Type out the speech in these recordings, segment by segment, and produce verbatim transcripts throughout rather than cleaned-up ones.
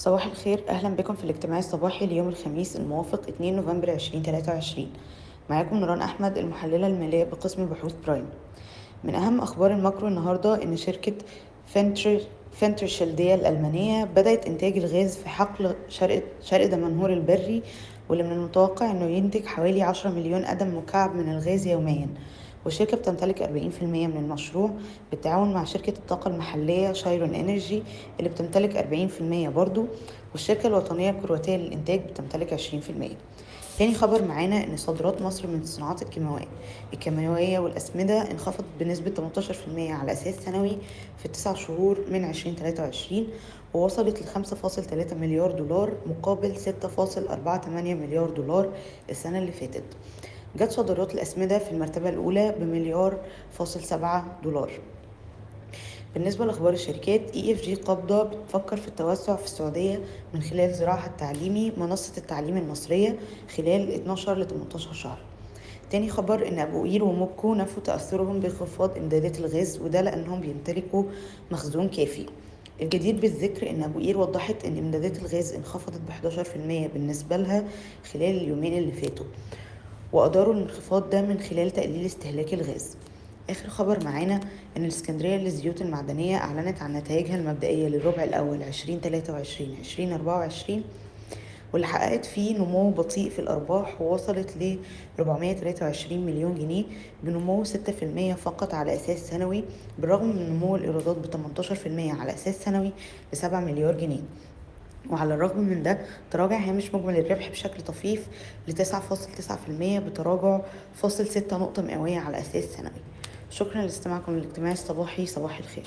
صباح الخير، أهلا بكم في الاجتماع الصباحي ليوم الخميس الموافق اتنين نوفمبر ألفين وتلاتة وعشرين. معاكم نوران أحمد المحللة المالية بقسم بحوث برايم. من أهم أخبار الماكرو النهاردة إن شركة فنتر فنترشلدية الألمانية بدأت إنتاج الغاز في حقل شرق شرق دمنهور البري، واللي من المتوقع إنه ينتج حوالي عشرة مليون قدم مكعب من الغاز يوميا. والشركة بتمتلك أربعين في المية من المشروع بالتعاون مع شركة الطاقة المحلية شايرون إنرجي اللي بتمتلك أربعين في المية برضو، والشركة الوطنية الكرواتية للإنتاج بتمتلك عشرين في المية. تاني خبر معانا إن صادرات مصر من الصناعات الكيماوية الكيماوية والأسمدة انخفضت بنسبة تمنتاشر في المية على أساس سنوي في التسع شهور من ألفين وتلاتة وعشرين، ووصلت ل خمسة فاصل تلاتة مليار دولار مقابل ستة فاصل أربعة وتمانية مليار دولار السنة اللي فاتت. جت صادرات الأسمدة في المرتبة الأولى بمليار فاصل سبعة دولار. بالنسبة لأخبار الشركات، إي إف جي قابضة بتفكر في التوسع في السعودية من خلال زراعة التعليمي منصة التعليم المصرية خلال اتناشر ل تمنتاشر شهر. تاني خبر إن أبو قير وموبكو نفوا تأثرهم بانخفاض إمدادات الغاز، وده لأنهم بيمتلكوا مخزون كافي. الجدير بالذكر إن أبو قير وضحت إن إمدادات الغاز انخفضت ب حداشر في المية بالنسبة لها خلال اليومين اللي فاتوا، وأداروا الانخفاض ده من خلال تقليل استهلاك الغاز. آخر خبر معانا إن الإسكندرية للزيوت المعدنية أعلنت عن نتائجها المبدئية للربع الأول ألفين وتلاتة وعشرين ألفين وأربعة وعشرين، واللي حققت فيه نمو بطيء في الأرباح ووصلت ل أربعمية وتلاتة وعشرين مليون جنيه بنمو ستة في المية فقط على أساس سنوي، بالرغم من نمو الإيرادات ب تمنتاشر في المية على أساس سنوي لسبعة مليار جنيه. وعلى الرغم من ده تراجع هامش مجمل الربح بشكل طفيف لتسعة فاصل تسعة في المية بتراجع فاصل ستة نقطة مئوية على أساس سنوي. شكرا لاستماعكم للاجتماع الصباحي. صباح الخير.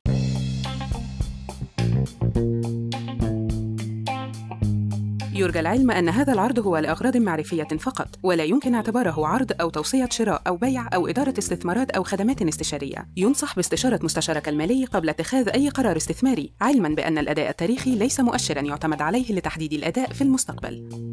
يرجى العلم أن هذا العرض هو لأغراض معرفية فقط، ولا يمكن اعتباره عرض أو توصية شراء أو بيع أو إدارة استثمارات أو خدمات استشارية. ينصح باستشارة مستشارك المالي قبل اتخاذ أي قرار استثماري، علماً بأن الأداء التاريخي ليس مؤشراً يعتمد عليه لتحديد الأداء في المستقبل.